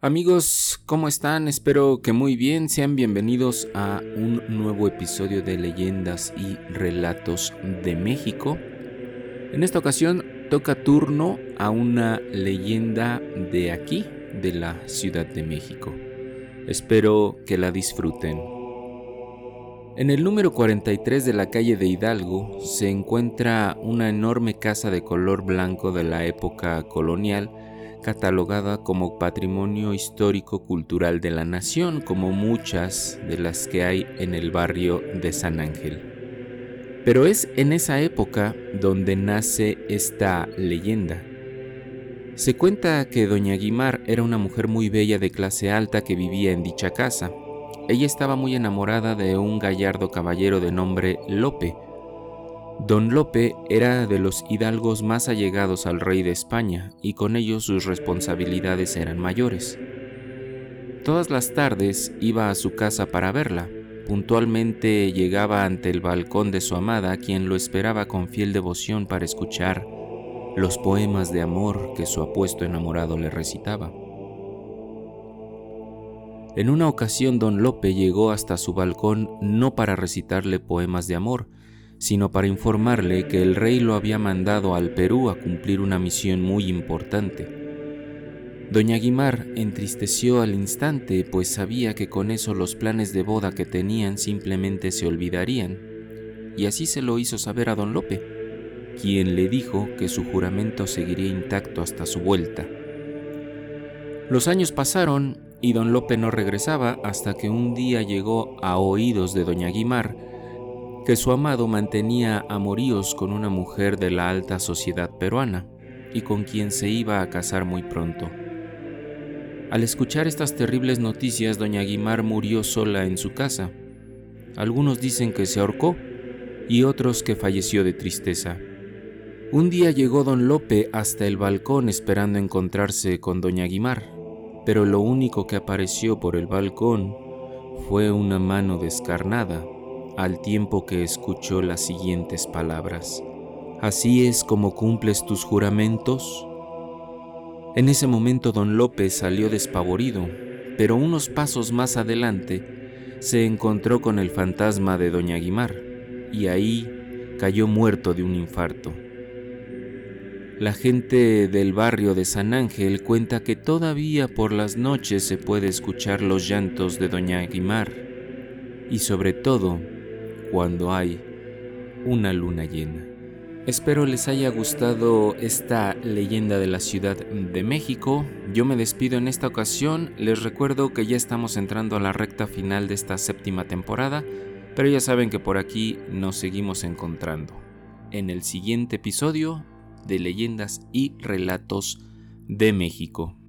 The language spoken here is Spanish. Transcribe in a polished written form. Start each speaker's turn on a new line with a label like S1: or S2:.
S1: Amigos, ¿cómo están? Espero que muy bien. Sean bienvenidos a un nuevo episodio de Leyendas y Relatos de México. En esta ocasión toca turno a una leyenda de aquí, de la Ciudad de México. Espero que la disfruten. En el número 43 de la calle de Hidalgo se encuentra una enorme casa de color blanco de la época colonial, catalogada como Patrimonio Histórico-Cultural de la Nación, como muchas de las que hay en el barrio de San Ángel. Pero es en esa época donde nace esta leyenda. Se cuenta que doña Guimar era una mujer muy bella de clase alta que vivía en dicha casa. Ella estaba muy enamorada de un gallardo caballero de nombre Lope. Don Lope era de los hidalgos más allegados al rey de España y con ello sus responsabilidades eran mayores. Todas las tardes iba a su casa para verla. Puntualmente llegaba ante el balcón de su amada, quien lo esperaba con fiel devoción para escuchar los poemas de amor que su apuesto enamorado le recitaba. En una ocasión don Lope llegó hasta su balcón no para recitarle poemas de amor, sino para informarle que el rey lo había mandado al Perú a cumplir una misión muy importante. Doña Guimar entristeció al instante, pues sabía que con eso los planes de boda que tenían simplemente se olvidarían, y así se lo hizo saber a don Lope, quien le dijo que su juramento seguiría intacto hasta su vuelta. Los años pasaron y don Lope no regresaba hasta que un día llegó a oídos de doña Guimar que su amado mantenía amoríos con una mujer de la alta sociedad peruana y con quien se iba a casar muy pronto. Al escuchar estas terribles noticias, doña Guimar murió sola en su casa. Algunos dicen que se ahorcó y otros que falleció de tristeza. Un día llegó don Lope hasta el balcón esperando encontrarse con doña Guimar, pero lo único que apareció por el balcón fue una mano descarnada, al tiempo que escuchó las siguientes palabras: «¿Así es como cumples tus juramentos?». En ese momento don Lope salió despavorido, pero unos pasos más adelante se encontró con el fantasma de doña Guimar, y ahí cayó muerto de un infarto. La gente del barrio de San Ángel cuenta que todavía por las noches se puede escuchar los llantos de doña Guimar, y sobre todo cuando hay una luna llena. Espero les haya gustado esta leyenda de la Ciudad de México. Yo me despido en esta ocasión. Les recuerdo que ya estamos entrando a la recta final de esta 7ª temporada, pero ya saben que por aquí nos seguimos encontrando en el siguiente episodio de Leyendas y Relatos de México.